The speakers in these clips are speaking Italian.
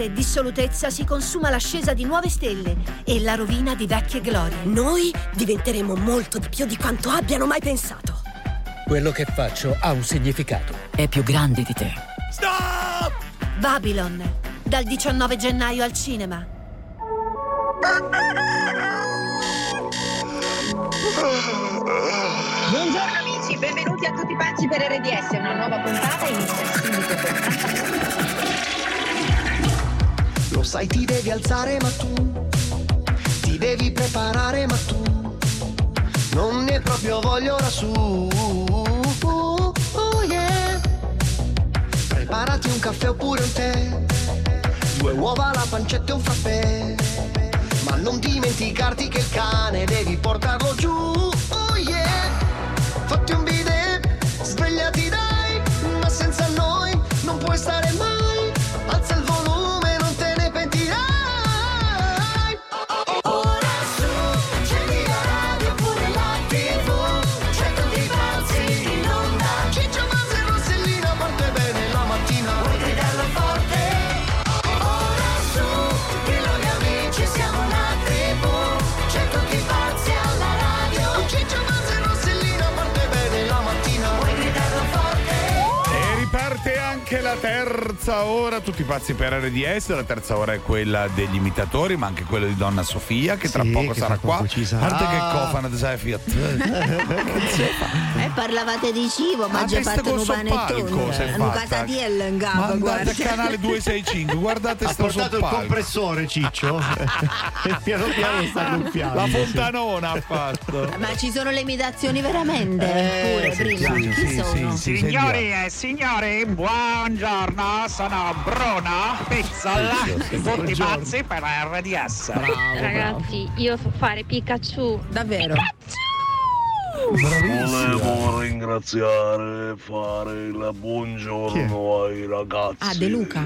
dissolutezza si consuma l'ascesa di nuove stelle e la rovina di vecchie glorie. Noi diventeremo molto di più di quanto abbiano mai pensato. Quello che faccio ha un significato. È più grande di te. Stop! Babylon, dal 19 gennaio al cinema. Buongiorno amici, benvenuti a Tutti Pazzi per RDS. Una nuova puntata inizia subito con... Lo sai, ti devi alzare ma tu ti devi preparare ma tu non ne proprio voglio ora su. Oh yeah. Preparati un caffè oppure un tè, 2 uova, la pancetta e un frappè, ma non dimenticarti che il cane devi portarlo giù. Oh yeah. Fatti un bidet, svegliati dai, ma senza noi non puoi stare mai. Alza il volume, non te ne pentirai. Ora su, accendi la radio pure la TV, c'è Tutti Pazzi in onda. Ciccio, Mazza e Rossellina, parte bene la mattina. Vuoi gridarlo forte? Ora su, dillo agli amici, siamo una tribù, c'è Tutti Pazzi alla radio. Ciccio, Mazza e Rossellina, parte bene la mattina. Vuoi gridarlo forte? E riparte anche la terza ora, Tutti Pazzi per RDS. La terza ora è quella degli imitatori, ma anche quella di Donna Sofia, che tra poco sarà qua. A parte che cofana di Fiat. Parlavate di cibo, ma già fatto un panettone. Un casatiello in capo. Guardate il canale 265, guardate sto portato il compressore, Ciccio. E piano piano sta gonfiando. La fontanona ha fatto. Ma ci sono le imitazioni veramente? Pure prima. Chi sono? Signori e signori, buongiorno, sono Bruno Pizzola, Tutti Pazzi per RDS. Ragazzi, io so fare Pikachu. Davvero? Volevo ringraziare e fare il buongiorno ai ragazzi. Ah, De Luca.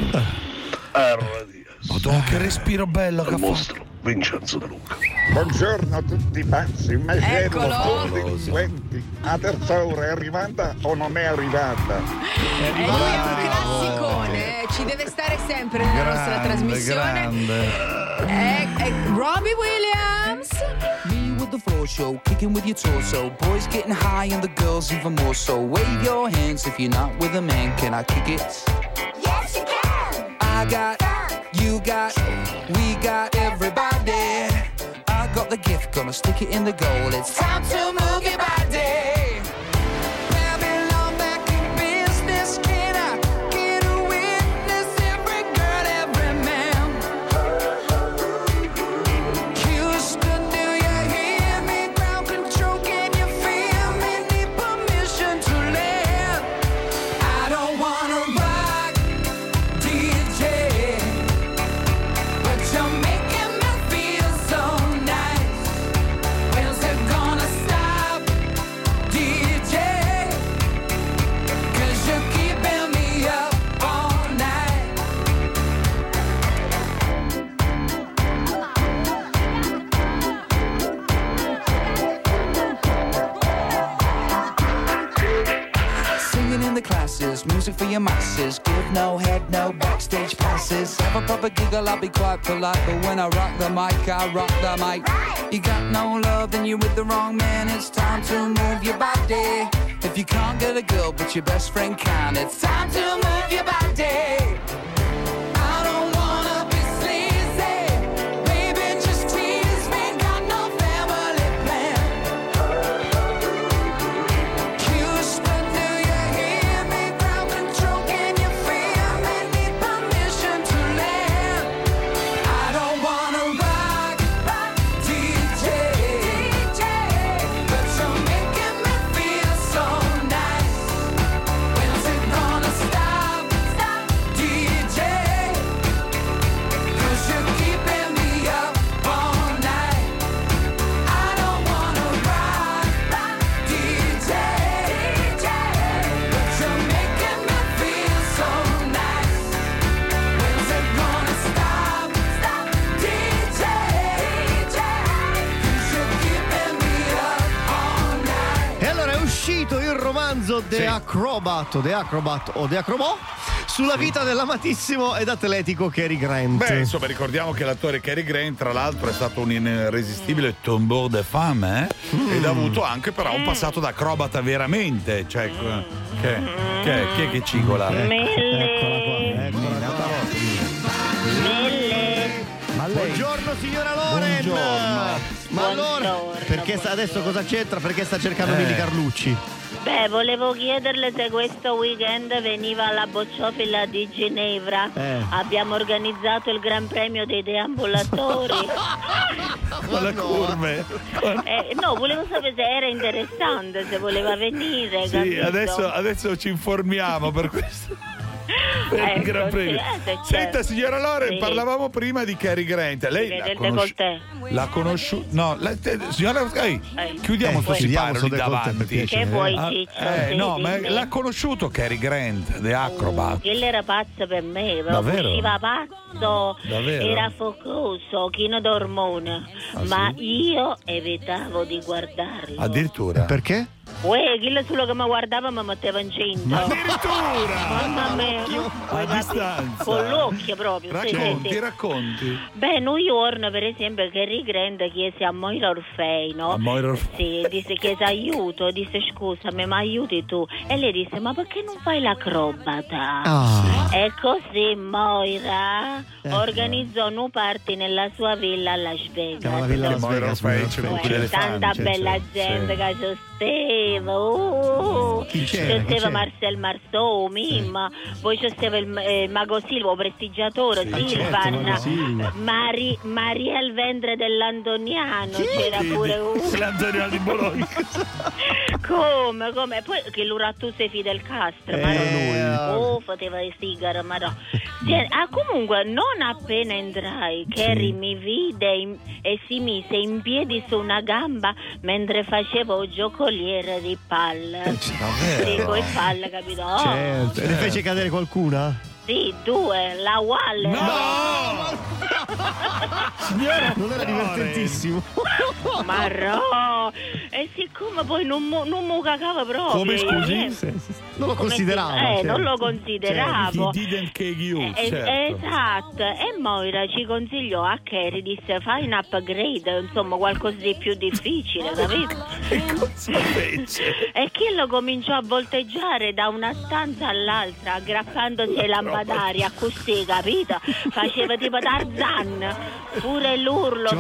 RDS. Madonna, che respiro bello che il fa. mostro Vincenzo De Luca. Buongiorno a tutti pazzi, Eccolo. tutti delinquenti. La terza ora è arrivata o non è arrivata? Lui è un classicone, ci deve stare sempre nella nostra trasmissione. È Robbie Williams. Me with the floor show, kicking with your torso. Boys getting high and the girls even more so. Wave your hands if you're not with a man. Can I kick it? Yes, you can. I got, you got, we got everybody. I got the gift, gonna stick it in the goal. It's time to move your body. Babylon back in business. Can I get a witness? Every girl, every man. Houston, do you hear me? Ground control, can you feel me? Need permission to land. I don't wanna rock, DJ, but you're making me feel so nice. When's it gonna stop, DJ? 'Cause you're keeping me up all night. Singing in the classes, music for your masses. Give no head, no backstage passes. Have a proper giggle, I'll be quite polite. But when I rock the mic, I rock the mic. You got no love, then you're with the wrong man. It's time to move your body. If you can't get a girl, but your best friend can, it's time to move your body. I don't wanna be sleazy. Baby, just tease me. Got no family plan. Houston, do you hear me? Ground control, can you feel me? Need permission to land. I don't wanna rock, DJ, but you're making me feel so nice. When's it gonna stop, DJ? 'Cause you're keeping me up all night. I don't wanna rock, DJ, but you're making me feel so nice. When's it gonna stop, DJ? 'Cause you're keeping me up all night. E allora è uscito il romanzo The Acrobat o The Acrobat sulla vita dell'amatissimo ed atletico Cary Grant. Beh, insomma, ricordiamo che l'attore Cary Grant, tra l'altro, è stato un irresistibile tombeau de femme, ed ha avuto anche però un passato da acrobata veramente. Cioè, chi è che cigola? Eccola qua. Buongiorno signora Loren. Buongiorno. Ma allora, perché adesso cosa c'entra? Perché sta cercando Mini Carlucci? Beh, volevo chiederle se questo weekend veniva alla bocciofila di Ginevra. Abbiamo organizzato il Gran Premio dei deambulatori. Con le curve. No, volevo sapere se era interessante, se voleva venire. Sì, adesso ci informiamo per questo. Il Gran Premio. Senta, signora Loren, parlavamo prima di Cary Grant. Lei l'ha conosciuto? No, signora, chiudiamo sto sipario lì davanti. Che vuoi, Ciccio? No, ma l'ha conosciuto Cary Grant, The Acrobat? Che era pazzo per me, davvero? Usciva pazzo, davvero? Era focoso, chino d'ormone, ma io evitavo di guardarlo. Addirittura? Perché? Quello solo che mi guardava mi metteva incinta. Ma addirittura! Mamma mia, a distanza. con l'occhio proprio. Racconti. Beh, un giorno per esempio Cary Grant chiese a Moira Orfei, no? A Moira Orfei? Sì, chiese aiuto, disse scusami, ma aiuti tu? E lei disse ma perché non fai l'acrobata? E così Moira organizzò un party nella sua villa a Las Vegas. Moira Orfei c'è con quelle tanta bella gente che c'era. C'era Marcel Marceau, Mimma, poi c'era il Mago Silva, prestigiatore, Silvan, Mariel Vendre dell'Antoniano, c'era pure l'Antoniano di Bologna. Come? Poi che l'Urattuso e Fidel Castro, ma no, faceva le sigare, ma no. Comunque, non appena entrai, Cary mi vide e si mise in piedi su una gamba mentre facevo giocoliere di palle. Sì, coi palle, capito? Certo. E ne fece cadere qualcuna? Sì, 2, la Waller. No! Signora, non era divertentissimo. Ma no! E siccome poi non mi cagava proprio. Come scusi? Non lo consideravo. Non lo consideravo. He didn't cake you, certo. Esatto. E Moira ci consigliò a Cary, disse fai un upgrade, insomma qualcosa di più difficile, capito? Che cosa fece? E chi lo cominciò a volteggiare da una stanza all'altra, aggrappandosi ai lampadari, così, capito? Faceva tipo Tarzan. Pure l'urlo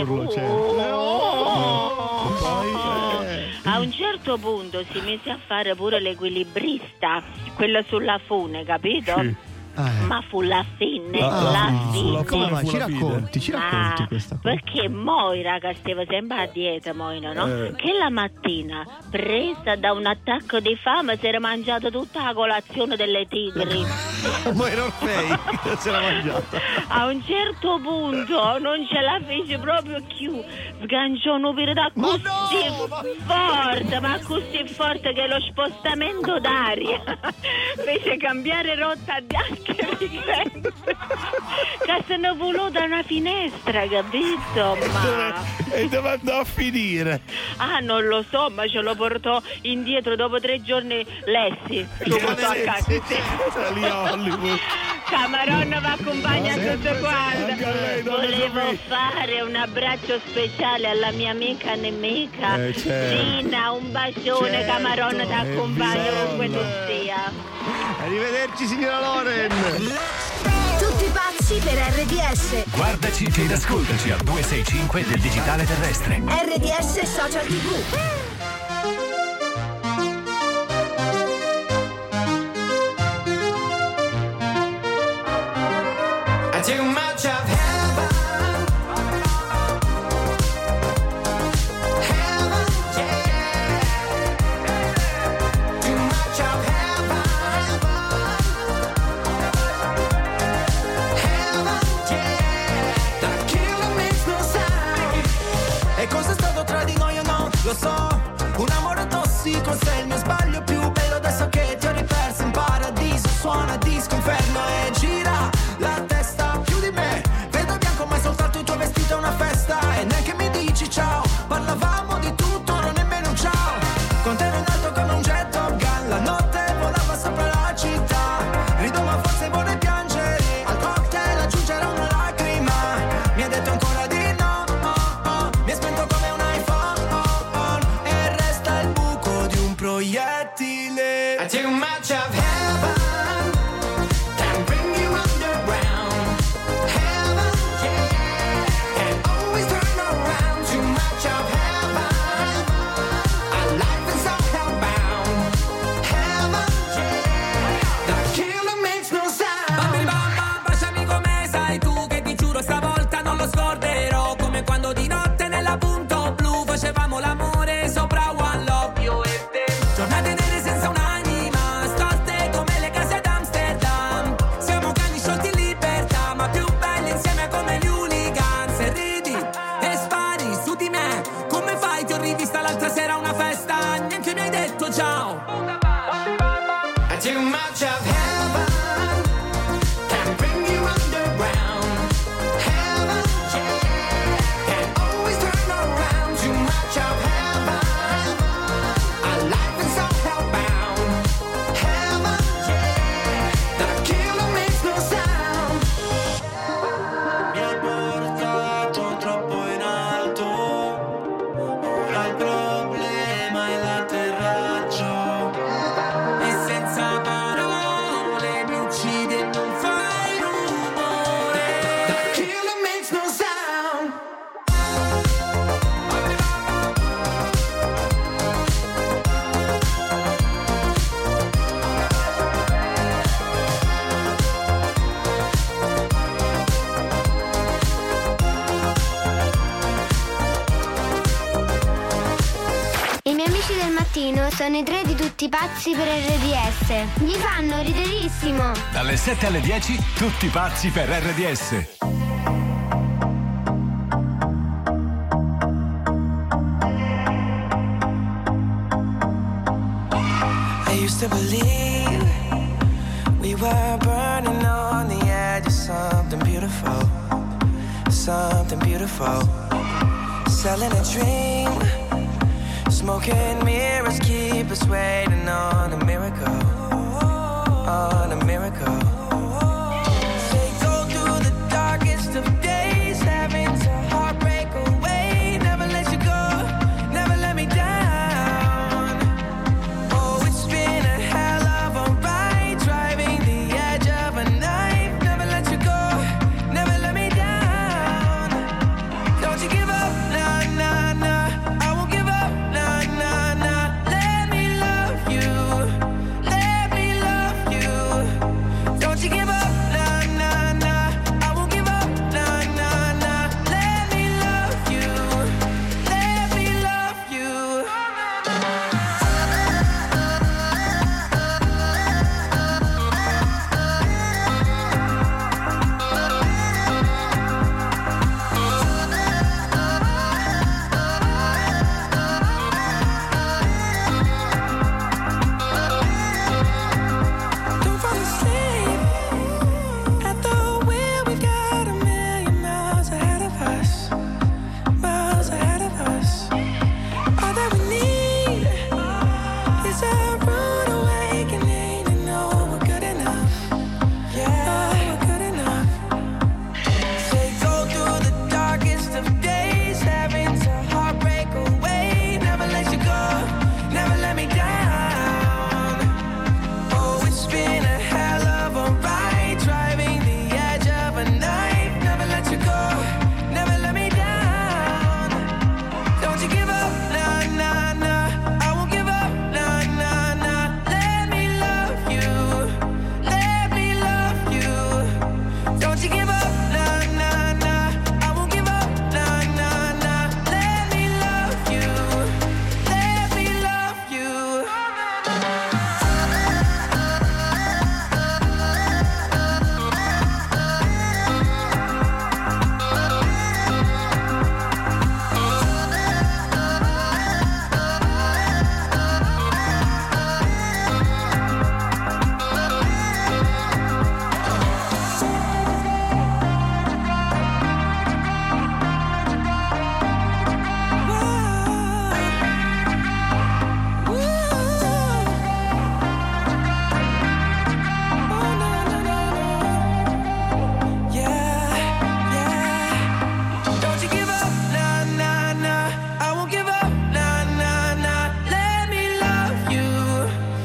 a un certo punto si mise a fare pure l'equilibrista, quello sulla fune, capito? Sì. Ma fu la fine, Come mai? Ci racconti questa cosa? Perché Moira, che stava sempre a dieta, Moira, no? Che la mattina, presa da un attacco di fame, si era mangiata tutta la colazione delle tigri. Moira Orfei se l'ha mangiata. A un certo punto non ce la fece proprio più, sganciò un verità forte, ma così forte che lo spostamento d'aria fece cambiare rotta anche che se ne volò da una finestra, capito? E dove andò a finire? Non lo so, ma ce lo portò indietro dopo 3 giorni Lessi. Subito a casa. Lì a Hollywood. Cameron vi accompagna tutto quanto. Volevo fare un abbraccio speciale alla mia amica nemica Gina, un bacione. Cameron ti accompagna ovunque tu sia. Arrivederci signora Loren. Tutti pazzi per RDS. Guardaci ed ascoltaci al 265 del digitale terrestre. RDS Social TV. Too much of heaven, yeah. Too much of heaven, yeah. The killer makes no sound. E cosa è stato tra di noi o no? Lo so, un amore tossico, sei il mio sbaglio più bello. Adesso che ti ho riperso in paradiso, suona disco inferno e gira la testa più di me. mattino sono i 3 di tutti pazzi per RDS. Mi fanno riderissimo. Dalle 7 alle 10, tutti pazzi per RDS. I used to believe we were burning on the edge of something beautiful, something beautiful. Selling a dream, smoking mirrors keep us waiting on a miracle, on a miracle. They go through the darkest of days, having to heartbreak away. Never let you go, never let me down. Oh, it's been a hell of a ride, driving the edge of a knife. Never let you go, never let me down. Don't you give up, nah, nah, nah. I won't give up, nah, nah, nah. Let me love you, let me love you. Don't you give up, nah, nah, nah. I won't give up, nah, nah, nah. Let me love you, let me love you. Don't fall asleep at the wheel. We got a million miles ahead of us, miles ahead of us. All that we need is a rude awakening to know we're good enough. Yeah, we're good enough. They go through the darkest of days, having to heartbreak away. Never let you go, never let me down. Oh, it's been a hell of a ride, driving the edge of a knife. Never let you go, never let me down. Don't you give up, nah, nah, nah. I won't give up, nah, nah, nah. Let me love you, let me love you. Don't you give up, nah, nah, nah. I won't give up, nah, nah, nah. Let me love you, let me love you. Don't you give up, nah, nah, nah. I won't give up, nah, nah, nah. Let me love you,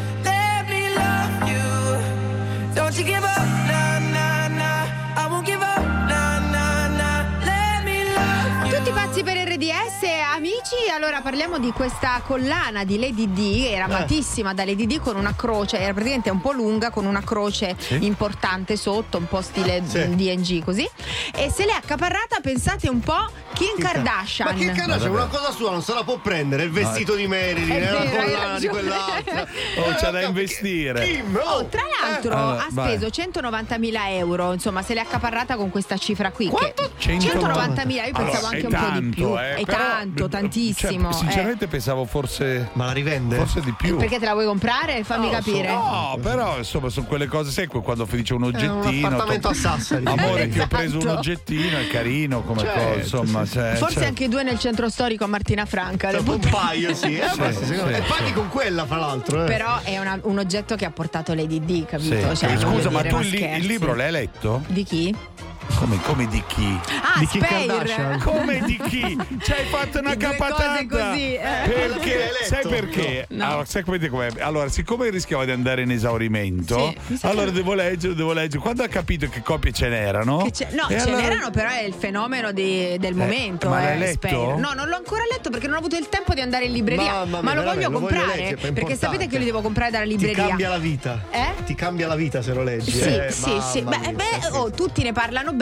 let me love you. Don't you give up, nah, nah, nah. I won't give up, nah, nah, nah. Let me love you. Tutti pazzi per RDS, amici. Allora parliamo di questa collana di Lady D, era amatissima da Lady D, con una croce, era praticamente un po' lunga, con una croce importante sotto, un po' stile D&G così, e se l'è accaparrata, pensate un po', Kim Kardashian. Ma Kim Kardashian una cosa sua non se la può prendere, il vestito di Marilyn, È la vero, collana di quell'altra. C'è da investire. Kim, Tra l'altro ha speso 190.000 euro, insomma se l'è accaparrata con questa cifra qui. Quanto? 190.000, io pensavo anche un po' di più. È però, tanto, tantissimo. Cioè, sinceramente pensavo forse. Ma la rivende? Forse di più. Perché te la vuoi comprare? Fammi capire. No, però insomma sono quelle cose, sai, quando dice un oggettino. Un appartamento a Sassari. Amore, ti ho preso un Esatto. oggettino, è carino come cosa, insomma. Forse anche 2 nel centro storico a Martina Franca. Un paio, sì. E paghi con quella, fra l'altro. Però è un oggetto che ha portato Lady D, capito? Sì. Cioè, Scusa, ma dire, tu scherzi. il libro l'hai letto? Di chi? Come di chi? Ah, di chi Spare. Come di chi? Ci hai fatto una Di due capatata cose così, perché sai perché? No. Allora, sai com'è? Allora, siccome rischiava di andare in esaurimento, allora devo leggere. Quando ha capito che copie ce n'erano? Ce allora... n'erano, però è il fenomeno del momento. ma l'hai letto? Spare. No, non l'ho ancora letto perché non ho avuto il tempo di andare in libreria. Mamma ma mia, lo voglio comprare leggere, è perché sapete che io li devo comprare dalla libreria. Ti cambia la vita. Ti cambia la vita se lo leggi. Sì. Beh, tutti ne parlano bene.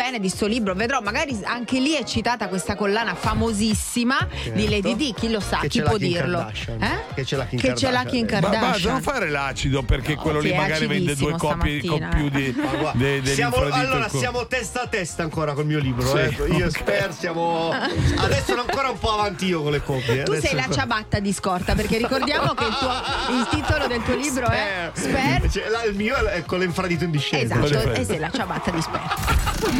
bene di sto libro, vedrò, magari anche lì è citata questa collana famosissima di Lady Di, chi lo sa, chi può dirlo? Che c'è la Kim Che c'è la Kim Basta Kardashian. non fare l'acido, perché quello lì magari vende 2 copie più di allora siamo testa a testa ancora col mio libro. Sì, Io spero siamo. Adesso sono ancora un po' avanti io con le copie. Tu sei la ciabatta di scorta, perché ricordiamo che il titolo del tuo libro è Spare. Il mio è con l'infradito in discesa. Esatto, e sei la ciabatta di Spare.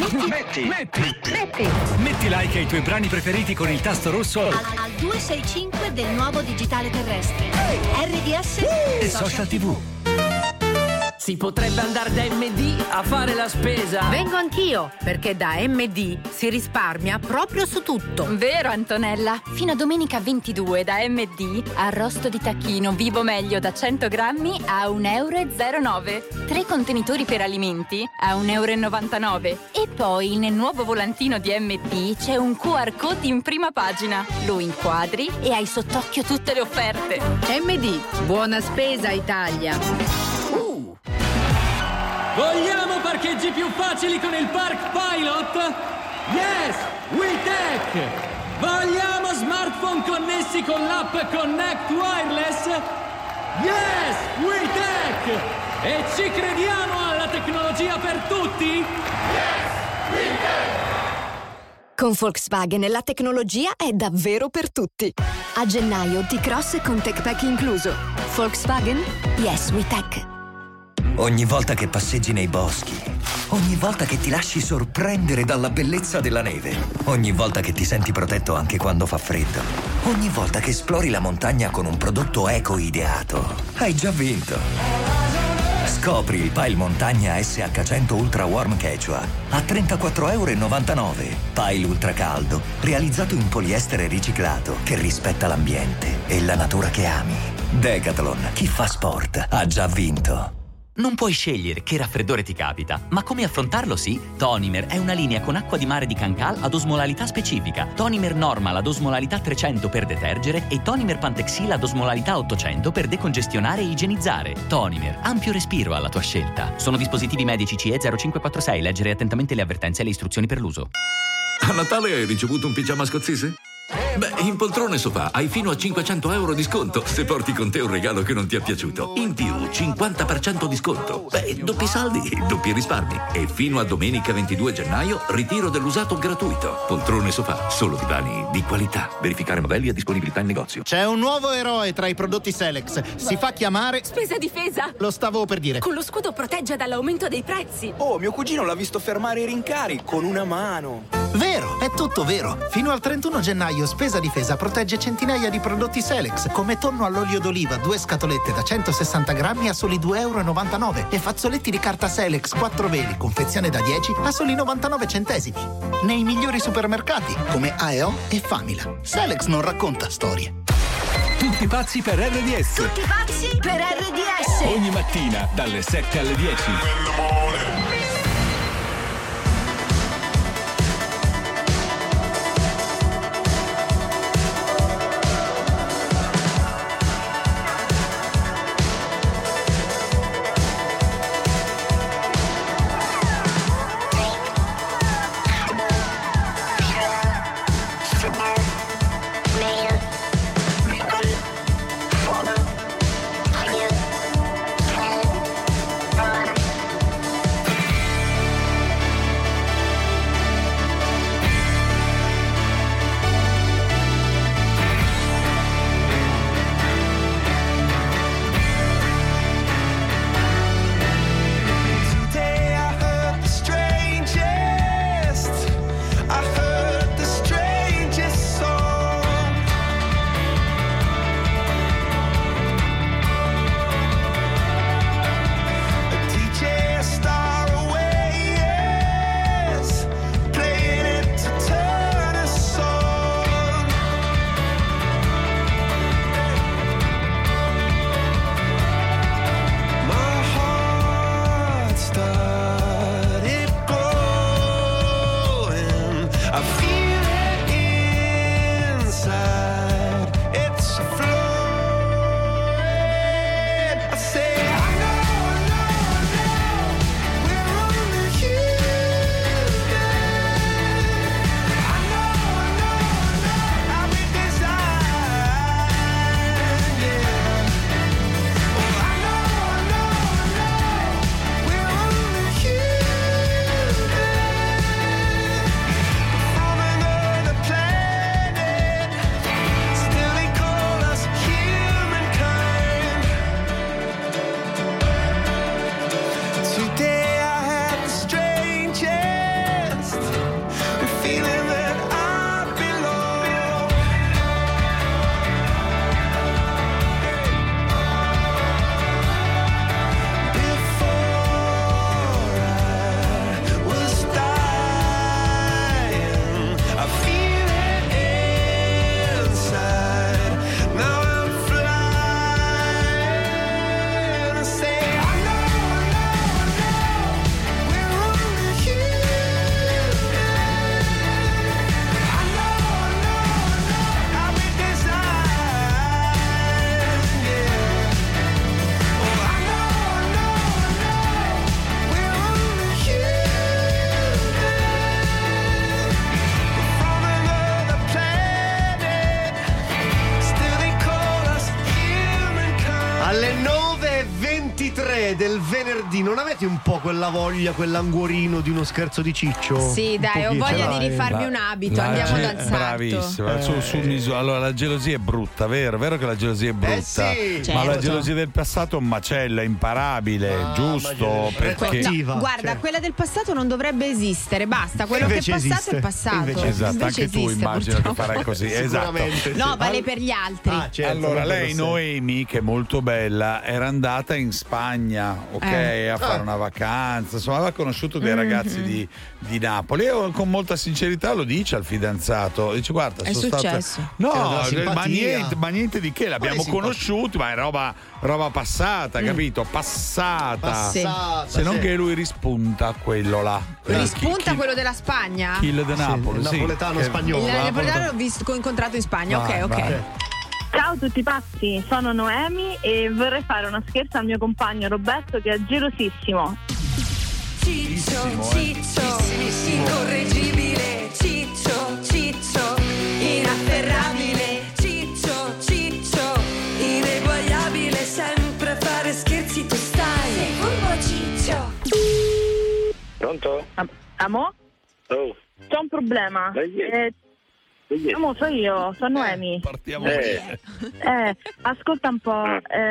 Metti like ai tuoi brani preferiti con il tasto rosso al 265 del nuovo digitale terrestre. RDS e Social TV. Si potrebbe andare da MD a fare la spesa. Vengo anch'io, perché da MD si risparmia proprio su tutto. Vero, Antonella? Fino a domenica 22 da MD, arrosto di tacchino vivo meglio da 100 grammi a 1,09 €. 3 contenitori per alimenti a 1,99 €. E poi nel nuovo volantino di MD c'è un QR code in prima pagina. Lo inquadri e hai sott'occhio tutte le offerte. MD, buona spesa Italia. Vogliamo parcheggi più facili con il Park Pilot? Yes, WeTech! Vogliamo smartphone connessi con l'app Connect Wireless? Yes, WeTech! E ci crediamo alla tecnologia per tutti? Yes, WeTech! Con Volkswagen la tecnologia è davvero per tutti. A gennaio T-Cross con TechPack incluso. Volkswagen, yes WeTech. Ogni volta che passeggi nei boschi, ogni volta che ti lasci sorprendere dalla bellezza della neve, ogni volta che ti senti protetto anche quando fa freddo, ogni volta che esplori la montagna con un prodotto eco ideato, hai già vinto. Scopri il Pile Montagna SH100 Ultra Warm Quechua a €34,99. Pile ultra caldo, realizzato in poliestere riciclato che rispetta l'ambiente e la natura che ami. Decathlon, chi fa sport ha già vinto. Non puoi scegliere che raffreddore ti capita, ma come affrontarlo sì? Tonimer è una linea con acqua di mare di Cancal ad osmolarità specifica. Tonimer Normal ad osmolarità 300 per detergere e Tonimer Pantexil ad osmolarità 800 per decongestionare e igienizzare. Tonimer, ampio respiro alla tua scelta. Sono dispositivi medici CE 0546. Leggere attentamente le avvertenze e le istruzioni per l'uso. A Natale hai ricevuto un pigiama scozzese? Beh, in Poltrone Sofà hai fino a €500 di sconto se porti con te un regalo che non ti è piaciuto. In più, 50% di sconto. Beh, doppi saldi, doppi risparmi. E fino a domenica 22 gennaio, ritiro dell'usato gratuito. Poltrone Sofà, solo divani di qualità. Verificare modelli a disponibilità in negozio. C'è un nuovo eroe tra i prodotti Selex. Si fa chiamare... Spesa difesa! Lo stavo per dire. Con lo scudo protegge dall'aumento dei prezzi. Oh, mio cugino l'ha visto fermare i rincari con una mano. Vero, è tutto vero. Fino al 31 gennaio Spesa Difesa protegge centinaia di prodotti Selex, come tonno all'olio d'oliva 2 scatolette da 160 grammi a soli €2,99 e fazzoletti di carta Selex 4 veli, confezione da 10 a soli 99 centesimi. Nei migliori supermercati come AEO e Famila. Selex non racconta storie. Tutti pazzi per RDS. Tutti pazzi per RDS. Ogni mattina dalle 7 alle 10. è del venerdì, non avete un po' quella voglia, quell'anguorino di uno scherzo di Ciccio? Sì, dai, ho voglia di rifarmi un abito, andiamo dal sarto. Bravissimo. Allora, la gelosia è brutta, vero che la gelosia è brutta? Sì. Ma Certo. la gelosia del passato è un macello, è imparabile, giusto? Perché No, guarda, quella del passato non dovrebbe esistere, basta, quello che è passato è passato. Esatto, anche tu immagino che farai così. Esatto. No, vale per gli altri. certo, allora, lei, Noemi, che è molto bella, era andata in Spagna, ok, a fare una vacanza, insomma, aveva conosciuto dei ragazzi di Napoli e con molta sincerità lo dice al fidanzato, dice guarda, È sono successo? stato ma niente di che, l'abbiamo conosciuti, ma è roba passata, capito? Passata. Se non che lui rispunta quello là. Rispunta quello della Spagna? Kill de Napoli, il napoletano spagnolo. Il napoletano l'ho incontrato in Spagna, ok. Ciao a tutti pazzi, sono Noemi e vorrei fare uno scherzo al mio compagno Roberto che è gelosissimo. Ciccio, incorreggibile, Ciccio, inafferrabile, Ciccio, ineguagliabile, sempre fare scherzi tu stai. Sei furbo Ciccio. Pronto? Amo? Oh. C'ho un problema. Amo, so io, sono Noemi. Partiamo ascolta un po',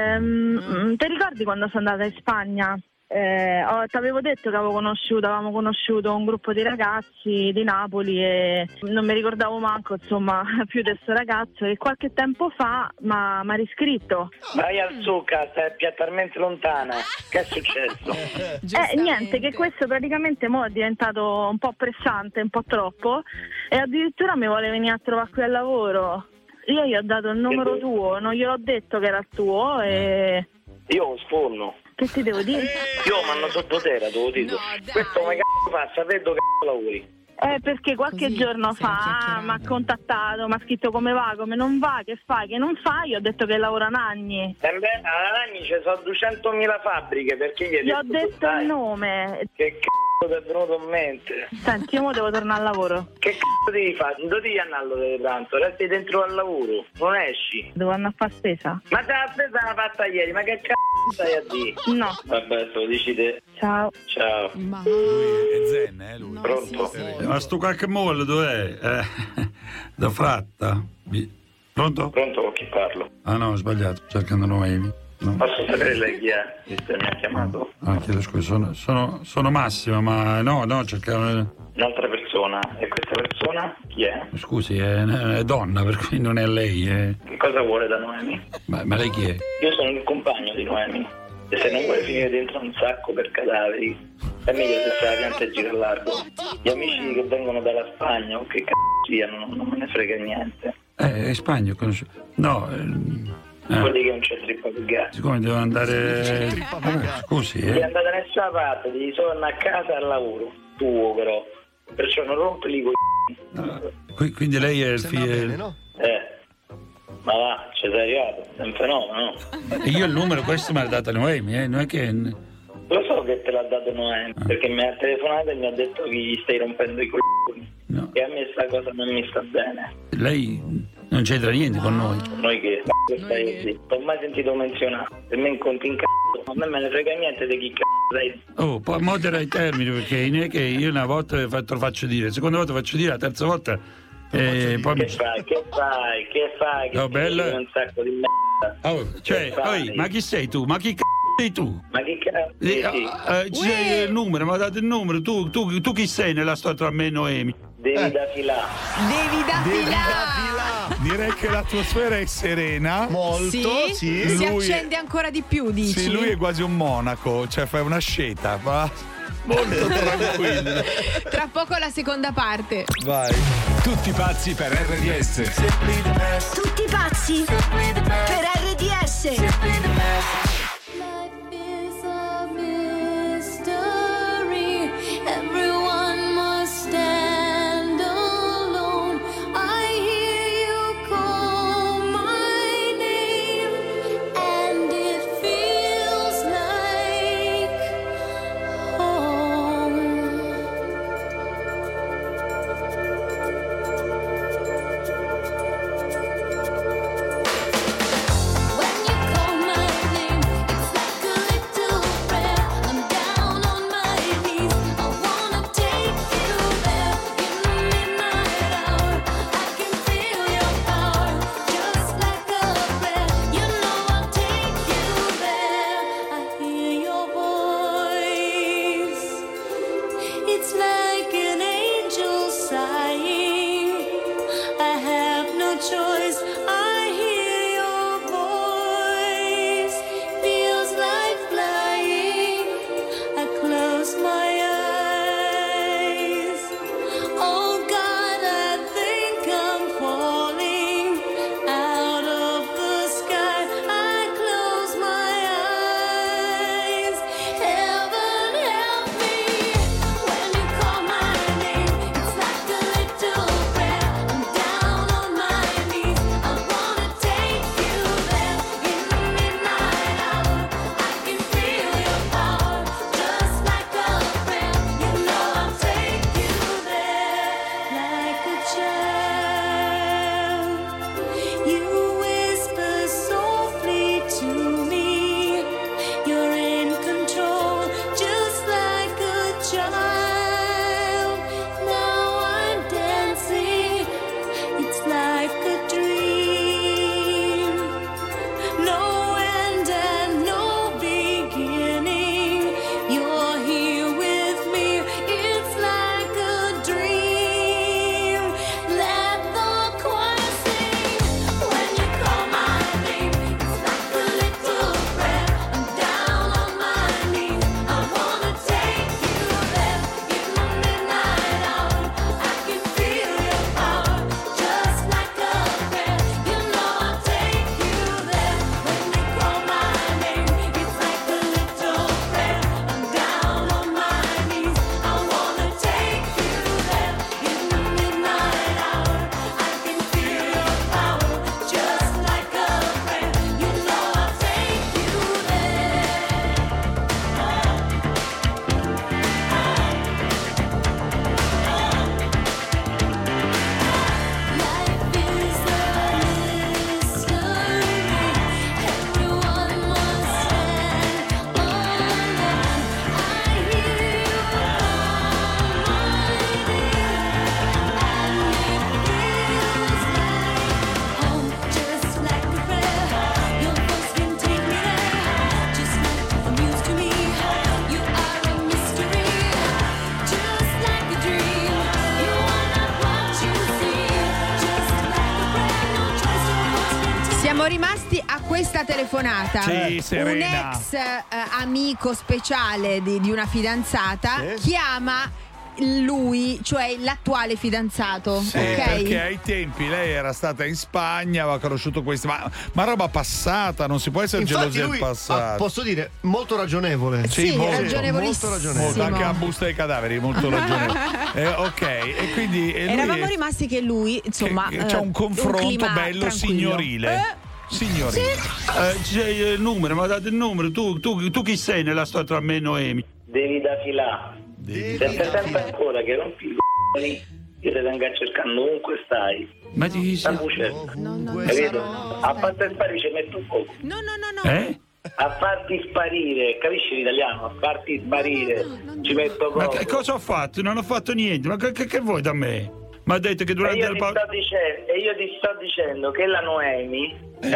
ti ricordi quando sono andata in Spagna? Ti avevo detto che avevamo conosciuto un gruppo di ragazzi di Napoli e non mi ricordavo manco, insomma, più di questo ragazzo, e qualche tempo fa mi ha riscritto. Vai al succa, stai talmente lontana. Che è successo? Niente, che questo praticamente mo è diventato un po' pressante, un po' troppo, e addirittura mi vuole venire a trovare qui al lavoro. Io gli ho dato il numero tuo, non gliel'ho detto che era il tuo e... Io lo sforno. Che ti devo dire? Io mando sottoterra, te lo dico. Questo come c***o fa, sapendo che lavori. Perché qualche giorno fa mi ha contattato, mi ha scritto come va, come non va, che fai, che non fai. Io ho detto che lavora a Nagni. A Nagni ci sono 200.000 fabbriche, perché gli ho detto il nome. Che c***o ti è venuto in mente? Senti, io mo devo tornare al lavoro. Che c***o devi fare? Non devi andare tanto, resti dentro al lavoro, non esci. Devo andare a fare spesa. Ma te la spesa l'ha fatta ieri, ma che c***o stai a dire? No. Vabbè, te lo dici te. Ciao. Lui è zen, lui. Pronto? Ma sto qualche mollo dov'è? Da Fratta? Pronto? Pronto, con chi parlo? Ah no, ho sbagliato, cercando Noemi. No. Posso sapere lei chi è? Visto che mi ha chiamato? Ah, chiedo scusa, sono Massimo, ma no, cercavo... Un'altra persona. E questa persona chi è? Scusi, è donna, per cui non è lei. Che cosa vuole da Noemi? Ma lei chi è? Io sono il compagno di Noemi. E se non vuole finire dentro un sacco per cadaveri, è meglio se sta la pianta gira a largo. Gli amici che vengono dalla Spagna o che c***o siano, non me ne frega niente. In Spagna conosco. No. Vuol dire che non c'è trippa per gas. Siccome devo andare. Scusi, Devi andare da nessuna parte, devi solo andare a casa e al lavoro. Tuo però. Perciò non rompili i coglioni. Quindi lei è il figlio. No? Ma va, ci sei arrivato, è un fenomeno, no? E io il numero, questo me l'ha dato Noemi, non è che... Lo so che te l'ha dato Noemi, perché mi ha telefonato e mi ha detto che gli stai rompendo i coglioni. No. E a me sta cosa non mi sta bene. Lei non c'entra niente con noi. Noi che stai così? Non ho mai sentito menzionare. Per me incontri in c***o. A me me ne frega niente di chi c***o sei. Oh, poi modera i termini, perché non è che io una volta te lo faccio dire, la seconda volta faccio dire, la terza volta... poi Che fai? Che no, bella... un sacco di merda. Oh, cioè, ma chi sei tu? Ma chi sei tu? Ma chi c***o? C'è il numero, mi ha dato il numero. Tu chi sei nella storia tra me e Noemi? Devi da filà. Direi che l'atmosfera è serena. Molto, sì. Si accende ancora di più, dici? Sì, lui è quasi un monaco, cioè fai una sceta, va molto tranquillo. Tra poco la seconda parte. Vai. Tutti pazzi per RDS. Tutti pazzi per RDS. Everyone must stand alone. I hear you call my name, and it feels like home. When you call my name, Siamo rimasti a questa telefonata. Sì, Serena. Un ex amico speciale di una fidanzata chiama lui, cioè l'attuale fidanzato. Sì, ok? perché ai tempi lei era stata in Spagna, aveva conosciuto questo, ma roba passata, non si può essere gelosi del passato. Posso dire, molto ragionevole. Sì, molto ragionevolissimo. Molto ragionevole. Anche a busta dei cadaveri, molto ragionevole. Ok, e quindi lui eravamo rimasti che lui, insomma, c'è un confronto bello signorile. Signorile. C'è il numero, mi ha dato il numero. Tu chi sei nella storia tra me e Noemi? Devi da filà. Se sempre ancora che rompi i c***i, io ti vengo a cercare ovunque stai. Ma ti sta bucendo. Capito? A parte sparire ci metto un poco. No. A farti sparire, capisci l'italiano? A farti sparire ci metto poco. Ma che cosa ho fatto? Non ho fatto niente. Ma che vuoi da me? Mi ha detto che durante io ti sto dicendo che la Noemi,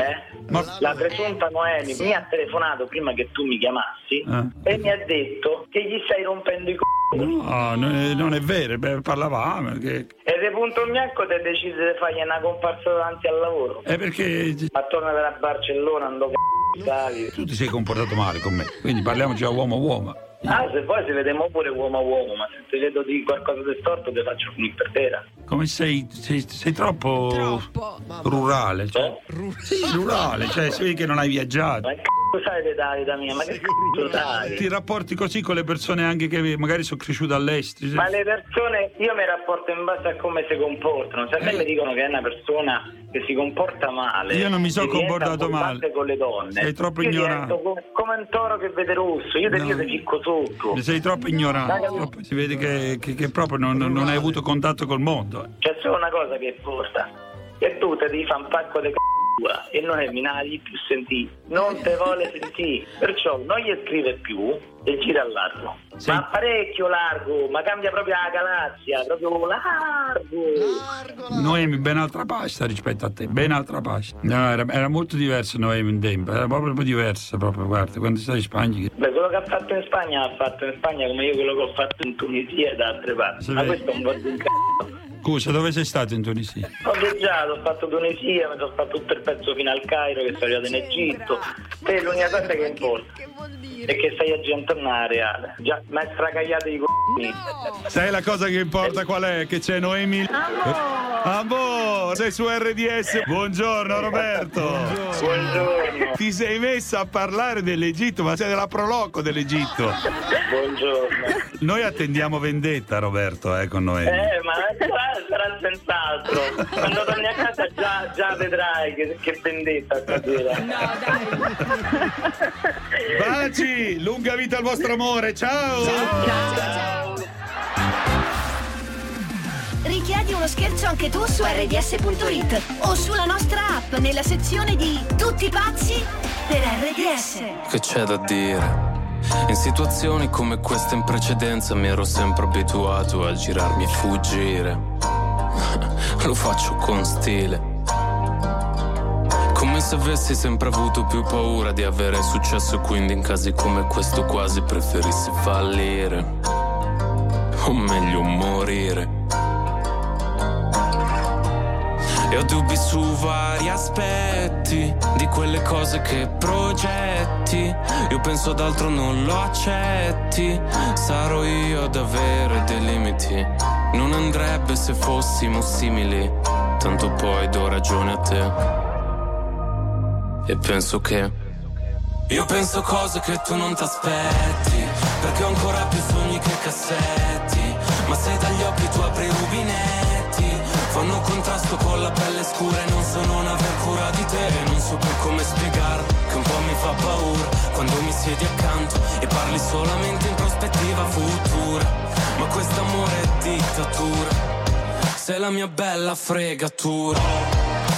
la presunta Noemi, mi ha telefonato prima che tu mi chiamassi e mi ha detto che gli stai rompendo i c***i. No, non è vero, parlavamo. E di punto in bianco ti hai deciso di fargli una comparsa davanti al lavoro. Perché ma torna da Barcellona, andò c***i. tu ti sei comportato male con me, quindi parliamoci a uomo a uomo. Se poi si vediamo pure uomo a uomo, ma se ti vedo di qualcosa di storto ti faccio finire per terra. Come sei troppo rurale, cioè. Sì, rurale, cioè si vede che non hai viaggiato. Ma che c***o sai l'età mia? Ma che c***o sai? Ti rapporti così con le persone anche che magari sono cresciute all'estero? Ma le persone, io mi rapporto in base a come si comportano. Se a me mi dicono che è una persona che si comporta male, io non mi sono comportato male con le donne, sei troppo ignorante, come un toro che vede rosso, io ti ficco sotto. Sei troppo ignorante, si vede che proprio non hai avuto contatto col mondo. C'è solo una cosa che importa, che tu ti devi fare un pacco di c***a e non è minagli più sentire, non te vuole sentire, perciò non gli scrive più e gira a largo. Sì. Ma parecchio largo, ma cambia proprio la galassia, proprio largo. Noemi ben altra pasta rispetto a te, ben altra pasta. No, era molto diverso Noemi in tempo, era proprio diversa, proprio, guarda, quando sei in Spagna. Beh, quello che ha fatto in Spagna ha fatto in Spagna come io quello che ho fatto in Tunisia e da altre parti. Ma questo è un po' di un c***o. Scusa, dove sei stato in Tunisia? Ho viaggiato, ho fatto Tunisia, mi sono fatto tutto il pezzo fino al Cairo, che sono arrivato in Egitto. Te l'unica cosa che importa è che stai agendo nella reale. Già, ma è stracaiato i c***i. Sai la cosa che importa qual è? Che c'è Noemi. Amore, sei su RDS. Buongiorno Roberto. Buongiorno. Ti sei messa a parlare dell'Egitto, ma sei della Proloco dell'Egitto. Buongiorno. Noi attendiamo vendetta, Roberto, con Noemi. Ma sarà senz'altro. Quando torni a casa già vedrai che vendetta stasera. No, dai. Baci, lunga vita al vostro amore, ciao. Ciao. Richiedi uno scherzo anche tu su rds.it o sulla nostra app nella sezione di Tutti pazzi per RDS. Che c'è da dire? In situazioni come questa in precedenza mi ero sempre abituato a girarmi e fuggire. Lo faccio con stile, come se avessi sempre avuto più paura di avere successo, quindi in casi come questo quasi preferissi fallire, o meglio morire. E ho dubbi su vari aspetti di quelle cose che progetti. Io penso ad altro, non lo accetti. Sarò io ad avere dei limiti. Non andrebbe se fossimo simili. Tanto poi do ragione a te. E penso che io penso cose che tu non t'aspetti, perché ho ancora più sogni che cassetti. Ma se dagli occhi tu apri i rubinetti, fanno contrasto con la pelle scura e non so non aver cura di te. E non so più come spiegarlo, che un po' mi fa paura quando mi siedi accanto e parli solamente in prospettiva futura. Ma quest'amore è dittatura, sei la mia bella fregatura.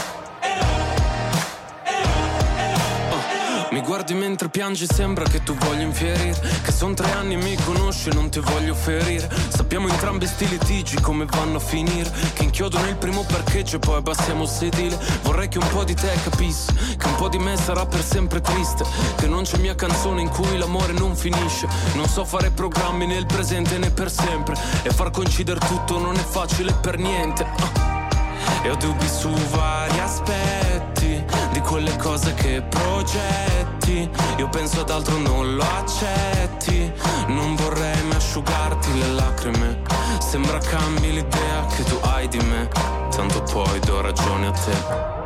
Mi guardi mentre piangi, sembra che tu voglia infierire, che son 3 anni e mi conosci e non ti voglio ferire. Sappiamo entrambi sti litigi come vanno a finire, che inchiodo nel primo parcheggio e poi abbassiamo il sedile. Vorrei che un po' di te capisse che un po' di me sarà per sempre triste, che non c'è mia canzone in cui l'amore non finisce. Non so fare programmi nel presente né per sempre, e far coincidere tutto non è facile per niente. E ho dubbi su vari aspetti di quelle cose che progetti. Io penso ad altro, non lo accetti. Non vorrei mai asciugarti le lacrime. Sembra cambi l'idea che tu hai di me. Tanto poi do ragione a te.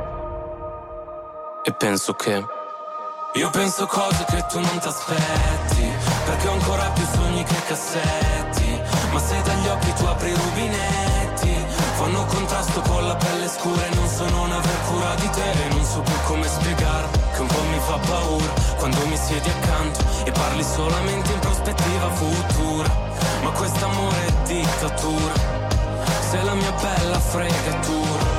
E penso che io penso cose che tu non t'aspetti, perché ho ancora più sogni che cassetti. Ma se dagli occhi tu apri i rubinetti, fanno contrasto con la pelle scura e non so non aver cura di te. E non so più come spiegare che un po' mi fa paura quando mi siedi accanto e parli solamente in prospettiva futura. Ma quest'amore è dittatura, sei la mia bella fregatura.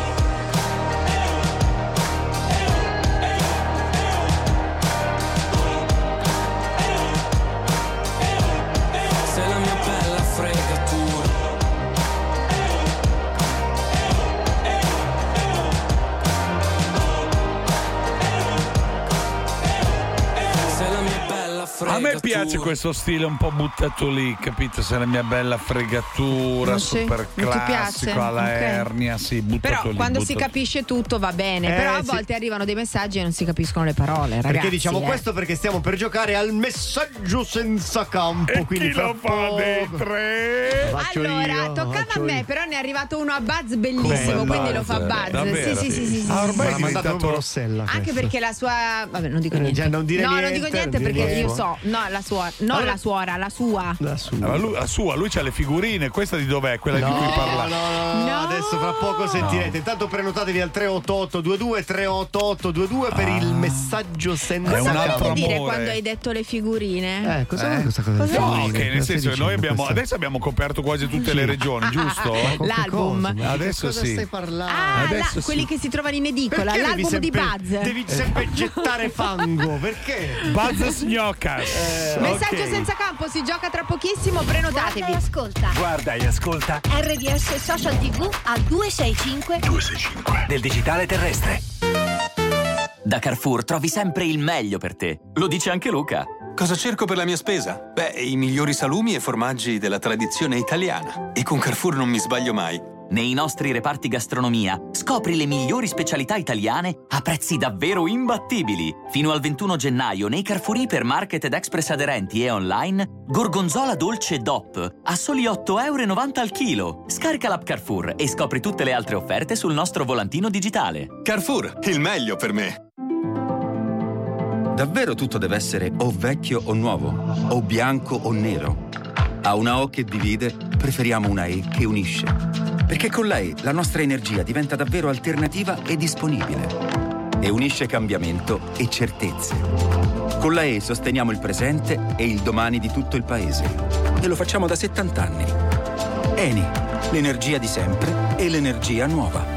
Sei la mia bella fregatura. Sei la mia bella fregatura. A me piace questo stile un po' buttato lì, capito? Sei la mia bella fregatura, super classico, alla ernia, sì, buttato però lì. Quando si capisce tutto va bene, però a volte arrivano dei messaggi e non si capiscono le parole, ragazzi. Perché diciamo questo? Perché stiamo per giocare al messaggio senza campo. E quindi chi lo fa dei tre? Allora, toccava a me, però ne è arrivato uno a Buzz bellissimo, quindi lo fa Buzz. Davvero? Sì. Ormai l'ha mandato proprio Rossella. Anche perché la sua, vabbè, non dico niente. Non dire no, niente, non dico niente non perché dire io niente. so, no, la sua, non la suora, la sua. Lui c'ha le figurine, questa di dov'è? Quella di cui parla. No, adesso fra poco sentirete. Intanto prenotatevi al 38822 38822 per il messaggio senza Cosa campo. vuoi dire quando hai detto le figurine? Cosa vuoi questa cosa? No, che nel senso che noi abbiamo adesso abbiamo coperto quasi tutte le regioni, giusto? L'album. Adesso cosa sì. stai parlando? Adesso quelli sì. che si trovano in edicola, Perché l'album di Buzz. Devi sempre gettare fango, perché? Buzz Sgnocas. Messaggio senza campo, si gioca tra pochissimo, prenotatevi. Guarda e ascolta. Guarda e ascolta RDS Social TV a 265 del digitale terrestre. Da Carrefour trovi sempre il meglio per te. Lo dice anche Luca. Cosa cerco per la mia spesa? Beh, i migliori salumi e formaggi della tradizione italiana. E con Carrefour non mi sbaglio mai. Nei nostri reparti gastronomia scopri le migliori specialità italiane a prezzi davvero imbattibili. Fino al 21 gennaio nei Carrefour Ipermarket ed Express aderenti e online, gorgonzola dolce DOP a soli 8,90 € al chilo. Scarica l'app Carrefour e scopri tutte le altre offerte sul nostro volantino digitale. Carrefour, il meglio per me. Davvero tutto deve essere o vecchio o nuovo, o bianco o nero? A una O che divide, preferiamo una E che unisce. Perché con la E la nostra energia diventa davvero alternativa e disponibile. E unisce cambiamento e certezze. Con la E sosteniamo il presente e il domani di tutto il paese. E lo facciamo da 70 anni. Eni, l'energia di sempre e l'energia nuova.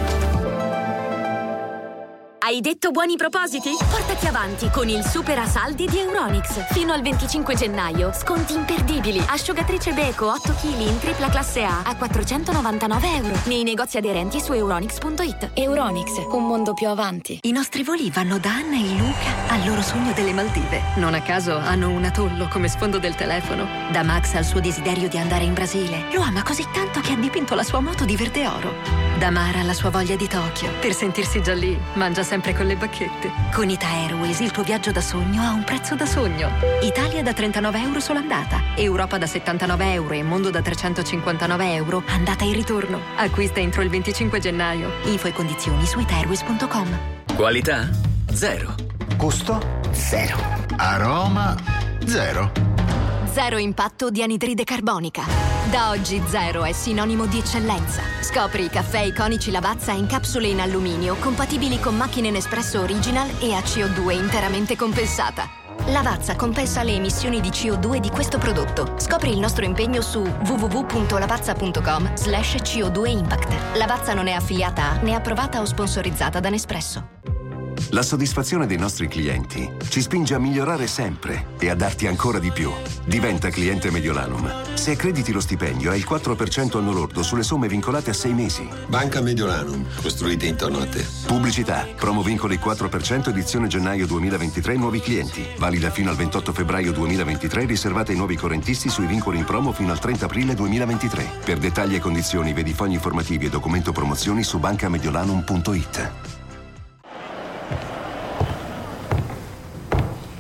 Hai detto buoni propositi? Portati avanti con il super a saldi di Euronics. Fino al 25 gennaio, sconti imperdibili. Asciugatrice Beko 8 kg in tripla classe A a 499 € nei negozi aderenti e su euronics.it. Euronics, un mondo più avanti. I nostri voli vanno da Anna e Luca al loro sogno delle Maldive. Non a caso hanno un atollo come sfondo del telefono. Da Max al suo desiderio di andare in Brasile. Lo ama così tanto che ha dipinto la sua moto di verde oro. Da Mara alla sua voglia di Tokyo. Per sentirsi già lì, mangia sempre con le bacchette. Con Ita Airways il tuo viaggio da sogno ha un prezzo da sogno. Italia da 39 € sola andata. Europa da 79 € e mondo da 359 € andata e ritorno. Acquista entro il 25 gennaio. Info e condizioni su itaairways.com. Qualità? Zero. Gusto? Zero. Aroma? Zero. Zero impatto di anidride carbonica. Da oggi Zero è sinonimo di eccellenza. Scopri i caffè iconici Lavazza in capsule in alluminio compatibili con macchine Nespresso Original e a CO2 interamente compensata. Lavazza compensa le emissioni di CO2 di questo prodotto. Scopri il nostro impegno su www.lavazza.com/CO2 Impact. Lavazza non è affiliata a né approvata o sponsorizzata da Nespresso. La soddisfazione dei nostri clienti ci spinge a migliorare sempre e a darti ancora di più. Diventa cliente Mediolanum. Se accrediti lo stipendio hai il 4% anno lordo sulle somme vincolate a 6 mesi. Banca Mediolanum, costruita intorno a te. Pubblicità. Promo vincoli 4% edizione gennaio 2023 nuovi clienti. Valida fino al 28 febbraio 2023, riservata ai nuovi correntisti sui vincoli in promo fino al 30 aprile 2023. Per dettagli e condizioni vedi fogli informativi e documento promozioni su bancamediolanum.it.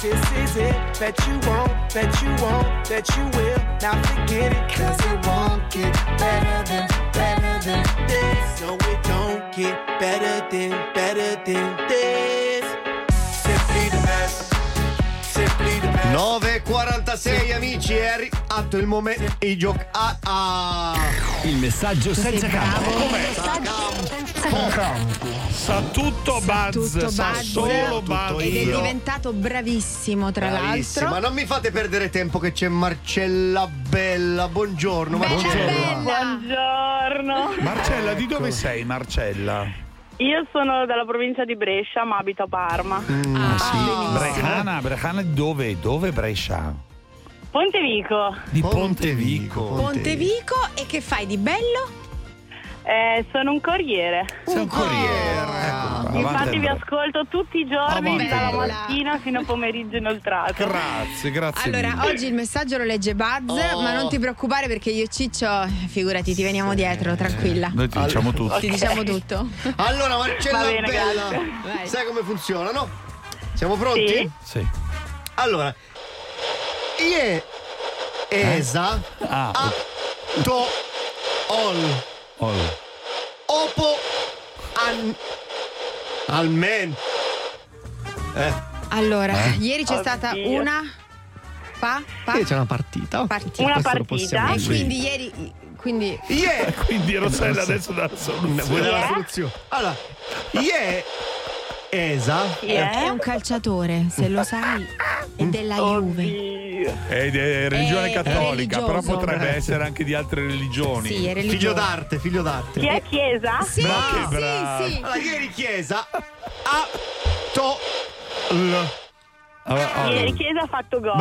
this is it. Bet you won't, bet you won't, bet you will. Now forget it, cause it won't get better than this. No, it don't get better than this. Simply the best. Simply the best. 9:46 amici, è arrivato il momento di giocare. Il messaggio senza campo. Sa tutto Buzz, sa solo Buzz. Ed è diventato bravissimo, tra l'altro. Ma non mi fate perdere tempo che c'è Marcella Bella. Buongiorno, Marcella. Buongiorno. Marcella, di dove sei, Marcella? Io sono dalla provincia di Brescia, ma abito a Parma. Bresciana di dove? Dove Brescia? Pontevico. Di Pontevico. Pontevico, e che fai di bello? Sono un corriere. Sei un corriere. Infatti vi ascolto tutti i giorni, dalla mattina fino a pomeriggio inoltrato. Grazie. Allora, mille. oggi il messaggio lo legge Buzz, ma non ti preoccupare perché io e Ciccio, figurati, ti veniamo dietro, tranquilla. Noi ti diciamo tutto. Ti diciamo tutto. Allora, Marcella Va bene, Bella, grazie. sai come funziona, no? Siamo pronti? Sì. Allora, Esa to ol Opo almen. Allora, ieri c'è stata una c'è una partita. Una partita. E quindi ieri quindi Rossella adesso dà la soluzione. Allora, Esa è un calciatore, se lo sai, è della Juve. È religione cattolica, religioso. però potrebbe essere anche di altre religioni. Sì, è religioso. Figlio d'arte. Chi è Chiesa? Sì, bravo. sì. Allora, ieri Chiesa Ieri Chiesa ha fatto gol.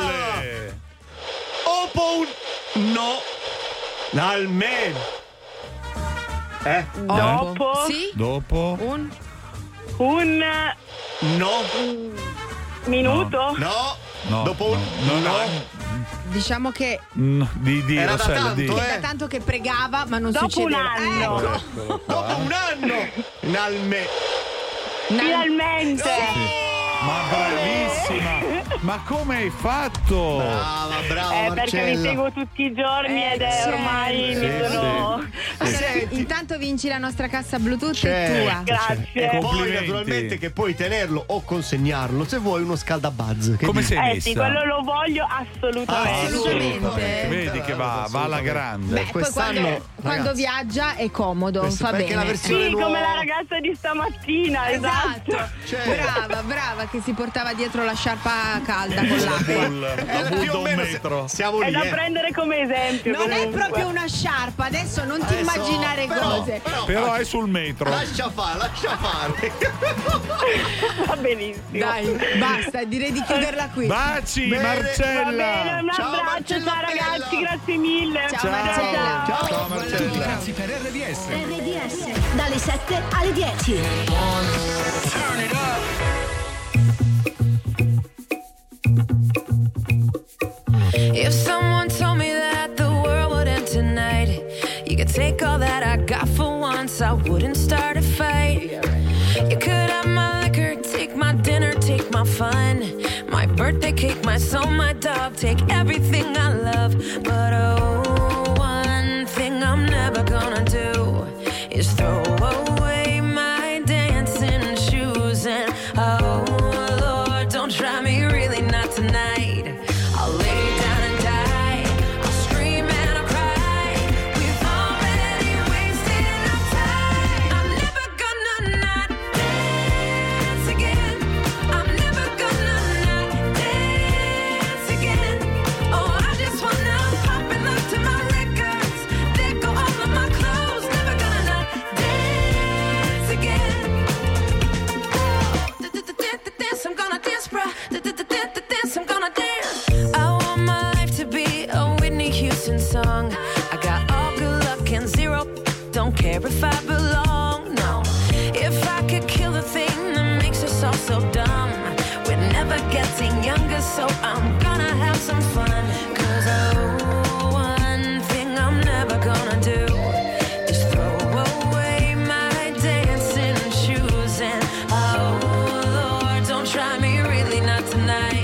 Opo almen. Dopo. Sì. Dopo Un minuto. No. Dopo Diciamo che di era da Rossella, tanto, da tanto che pregava, ma non Dopo succedeva. un anno. Dopo un anno. Finalmente. Ma bravissima! Ma come hai fatto? Brava perché mi seguo tutti i giorni ed è ormai mi sono. Intanto vinci la nostra cassa Bluetooth, è tua. Grazie. E poi naturalmente che puoi tenerlo o consegnarlo se vuoi uno scaldabuzz. Come sei messa? Sì, quello lo voglio assolutamente. Vedi che va alla grande. Beh, poi quando viaggia è comodo, fa bene. La versione nuova... come la ragazza di stamattina, esatto. Brava che si portava dietro la sciarpa calda con l'acqua. La bull da un metro. Siamo lì. È da prendere come esempio. Non è proprio una sciarpa, adesso non ti immaginare cose. Però è sul metro. Lascia fare. Va benissimo. Dai, basta, direi di chiuderla qui. Baci, Marcella. Va bene, un abbraccio, ciao ragazzi, grazie mille. Ciao Marcella. Ciao Marcella. Grazie per RDS. RDS, dalle 7 alle 10. If someone told me that the world would end tonight, you could take all that I got for once, I wouldn't start a fight. You could have my liquor, take my dinner, take my fun, my birthday cake, my soul, my dog, take everything I love. But oh, one thing I'm never gonna do is throw away my dancing shoes. And oh Lord, don't try me, really not tonight. I'll lay down and die, I'll scream and I'll cry. We've already wasted enough time. I'm never gonna not dance again. I'm never gonna not dance again. Oh, I just wanna pop and look to my records. There go all of my clothes. Never gonna not dance again. Dance, I'm gonna dance, bruh. Dance, I'm gonna dance. I want my life to be a Whitney Houston song. I got all good luck and zero. Don't care if I belong, no. If I could kill the thing that makes us all so dumb, we're never getting younger, so I'm gonna have some fun. 'Cause oh, one thing I'm never gonna do is throw away my dancing shoes. And oh Lord, don't try me, really not tonight.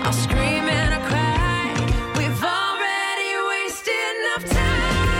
I'll scream and I cry. We've already wasted enough time.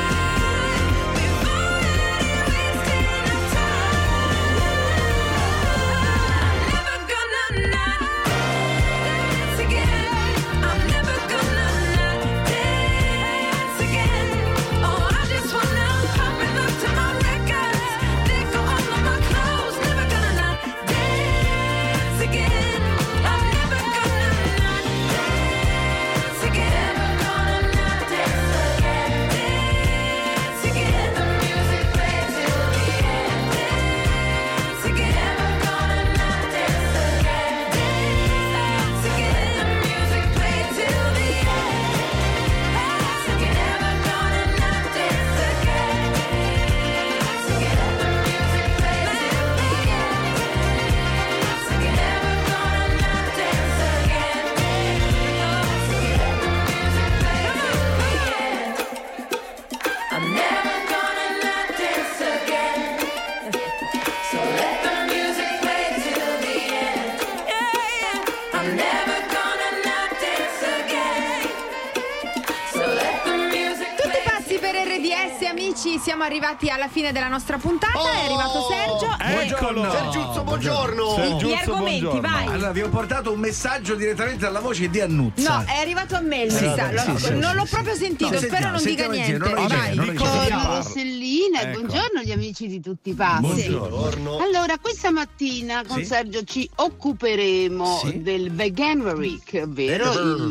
Siamo arrivati alla fine della nostra puntata. È arrivato Sergio. Eccolo. Sergiuzzo, buongiorno. Gli argomenti, buongiorno. Vai. Allora, vi ho portato un messaggio direttamente dalla voce di Annuzza. No, è arrivato a me il messaggio. Non l'ho proprio sentito. No, spero non dica niente. Buongiorno Rossellina e buongiorno gli amici di Tutti i Passi. Buongiorno. Allora, questa mattina con Sergio ci occuperemo del Vegan Week, ovvero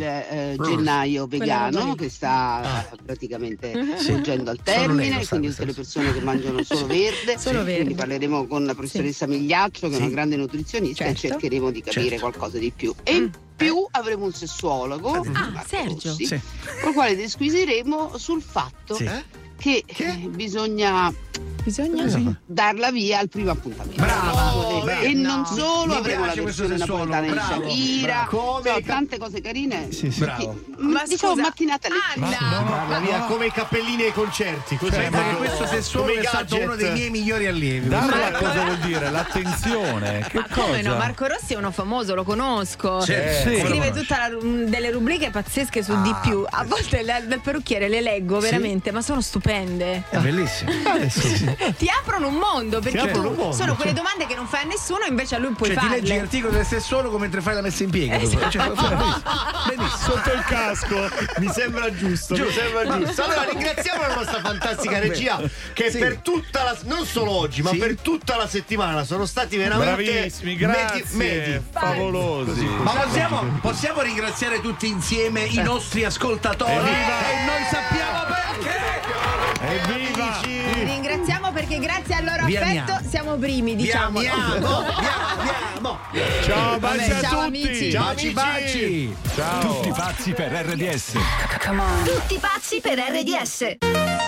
il gennaio vegano che sta praticamente giungendo al termine, quindi tutte le persone che mangiano solo verde. Quindi parleremo con la professoressa Migliaccio, che è una grande nutrizionista, e cercheremo di capire qualcosa di più. E in più avremo un sessuologo, Sergio, con il quale disquisiremo sul fatto che bisogna darla via al primo appuntamento. Bravo! E non solo, avremo la versione napoletana di Shakira, tante cose carine. Ma diciamo mattinata via come i cappellini ai concerti. Perché questo sessuologo è stato uno dei miei migliori allievi. Darla cosa vuol dire? L'attenzione. Che come no? Marco Rossi è uno famoso, lo conosco. Scrive tutta delle rubriche pazzesche su Di Più. A volte dal parrucchiere le leggo veramente, ma sono stupende. È bellissimo. Ti aprono un mondo, perché sono quelle domande che non fai a nessuno, invece a lui puoi farle. Ti leggi l'articolo del sessuologo mentre fai la messa in piega. Benissimo. Sotto il casco. Mi sembra giusto. Allora ringraziamo la nostra fantastica regia che per tutta la, non solo oggi, ma per tutta la settimana sono stati veramente bravissimi, grazie, favolosi. Ma possiamo ringraziare tutti insieme i nostri ascoltatori e noi sappiamo perché. Evviva! Li ringraziamo perché grazie al loro affetto siamo primi, diciamo. Vi amiamo. Ciao, baci a ciao tutti. amici. Baci. Ciao. Tutti pazzi per RDS. Tutti pazzi per RDS.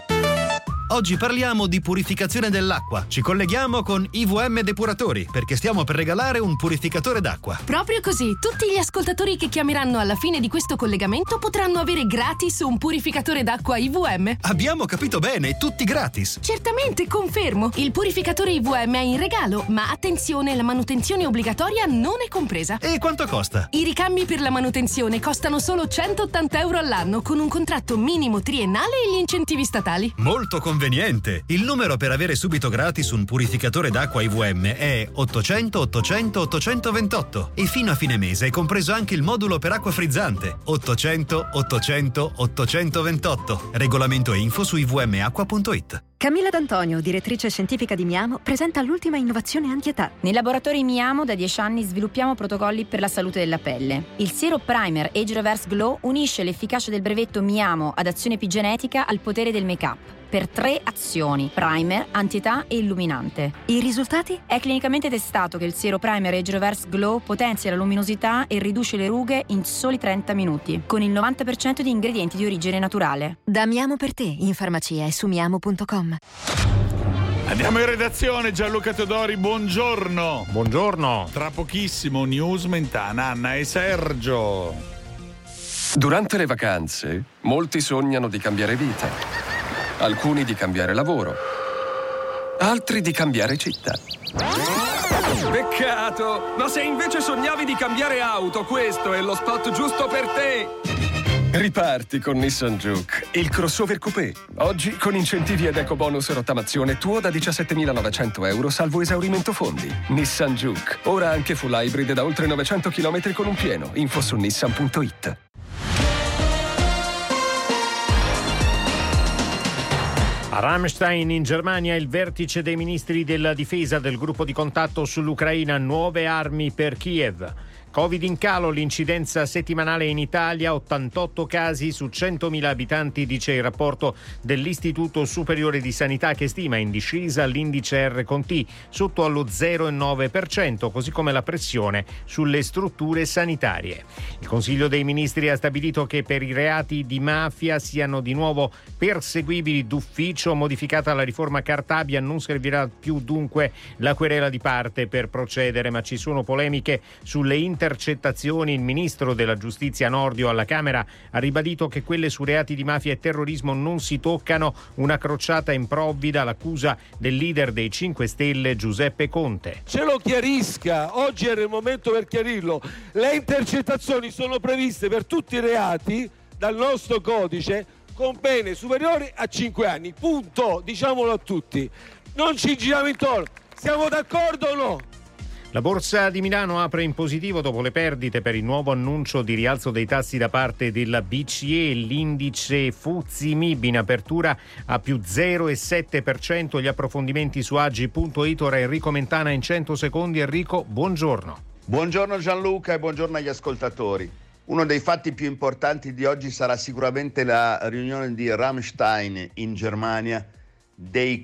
Oggi parliamo di purificazione dell'acqua. Ci colleghiamo con IVM Depuratori perché stiamo per regalare un purificatore d'acqua. Proprio così, tutti gli ascoltatori che chiameranno alla fine di questo collegamento potranno avere gratis un purificatore d'acqua IVM. Abbiamo capito bene, tutti gratis. Certamente, confermo. Il purificatore IVM è in regalo, ma attenzione, la manutenzione obbligatoria non è compresa. E quanto costa? I ricambi per la manutenzione costano solo €180 all'anno con un contratto minimo triennale e gli incentivi statali. Molto conveniente. Il numero per avere subito gratis un purificatore d'acqua IVM è 800 800 828 e fino a fine mese è compreso anche il modulo per acqua frizzante 800 800 828. Regolamento e info su ivmacqua.it. Camilla D'Antonio, direttrice scientifica di Miamo, presenta l'ultima innovazione anti-età. Nei laboratori Miamo da 10 anni sviluppiamo protocolli per la salute della pelle. Il Zero Primer Age Reverse Glow unisce l'efficacia del brevetto Miamo ad azione epigenetica al potere del make-up. Per 3 azioni: primer, anti-età e illuminante. I risultati? È clinicamente testato che il Zero Primer Age Reverse Glow potenzia la luminosità e riduce le rughe in soli 30 minuti, con il 90% di ingredienti di origine naturale. Da Miamo per te, in farmacia e su miamo.com. Andiamo in redazione, Gianluca Teodori, buongiorno. Buongiorno. Tra pochissimo News Mentana, Anna e Sergio. Durante le vacanze, molti sognano di cambiare vita. Alcuni di cambiare lavoro, altri di cambiare città. Peccato! Ma se invece sognavi di cambiare auto, questo è lo spot giusto per te! Riparti con Nissan Juke, il crossover coupé. Oggi con incentivi ed ecobonus rottamazione tuo da 17.900 euro salvo esaurimento fondi. Nissan Juke, ora anche full hybrid da oltre 900 km con un pieno. Info su nissan.it. A Ramstein in Germania il vertice dei ministri della difesa del gruppo di contatto sull'Ucraina, nuove armi per Kiev. Covid in calo, l'incidenza settimanale in Italia, 88 casi su 100.000 abitanti, dice il rapporto dell'Istituto Superiore di Sanità, che stima in discesa l'indice R/T sotto allo 0,9%, così come la pressione sulle strutture sanitarie. Il Consiglio dei Ministri ha stabilito che per i reati di mafia siano di nuovo perseguibili d'ufficio. Modificata la riforma Cartabia, non servirà più dunque la querela di parte per procedere, ma ci sono polemiche sulle intercettazioni. Il ministro della giustizia Nordio alla Camera ha ribadito che quelle su reati di mafia e terrorismo non si toccano, una crociata improvvida all'accusa del leader dei 5 Stelle Giuseppe Conte. Ce lo chiarisca, oggi era il momento per chiarirlo. Le intercettazioni sono previste per tutti i reati dal nostro codice con pene superiori a 5 anni, punto, diciamolo a tutti, non ci giriamo intorno. Siamo d'accordo o no? La borsa di Milano apre in positivo dopo le perdite per il nuovo annuncio di rialzo dei tassi da parte della BCE. L'indice FTSE MIB in apertura a più 0,7%. Gli approfondimenti su Agi.it. Ora Enrico Mentana in 100 secondi. Enrico, buongiorno. Buongiorno Gianluca e buongiorno agli ascoltatori. Uno dei fatti più importanti di oggi sarà sicuramente la riunione di Ramstein in Germania, dei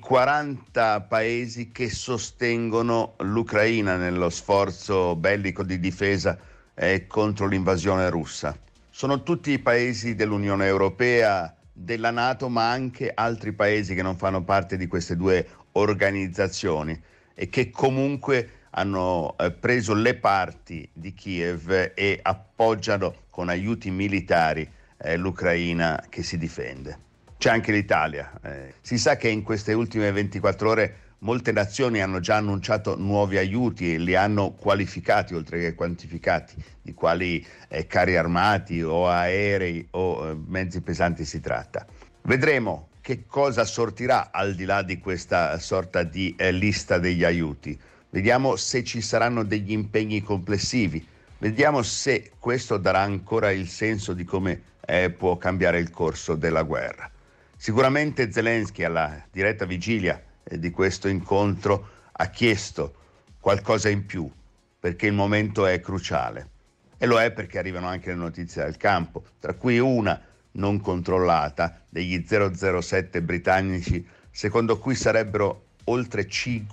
40 paesi che sostengono l'Ucraina nello sforzo bellico di difesa contro l'invasione russa. Sono tutti i paesi dell'Unione Europea, della NATO, ma anche altri paesi che non fanno parte di queste due organizzazioni e che comunque hanno preso le parti di Kiev e appoggiano con aiuti militari l'Ucraina che si difende. C'è anche l'Italia. Si sa che in queste ultime 24 ore molte nazioni hanno già annunciato nuovi aiuti e li hanno qualificati, oltre che quantificati, di quali carri armati o aerei o mezzi pesanti si tratta. Vedremo che cosa sortirà al di là di questa sorta di lista degli aiuti. Vediamo se ci saranno degli impegni complessivi. Vediamo se questo darà ancora il senso di come può cambiare il corso della guerra. Sicuramente Zelensky, alla diretta vigilia di questo incontro, ha chiesto qualcosa in più, perché il momento è cruciale. E lo è perché arrivano anche le notizie dal campo, tra cui una non controllata degli 007 britannici, secondo cui sarebbero oltre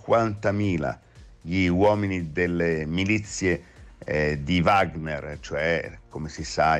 50.000 gli uomini delle milizie di Wagner, cioè, come si sa,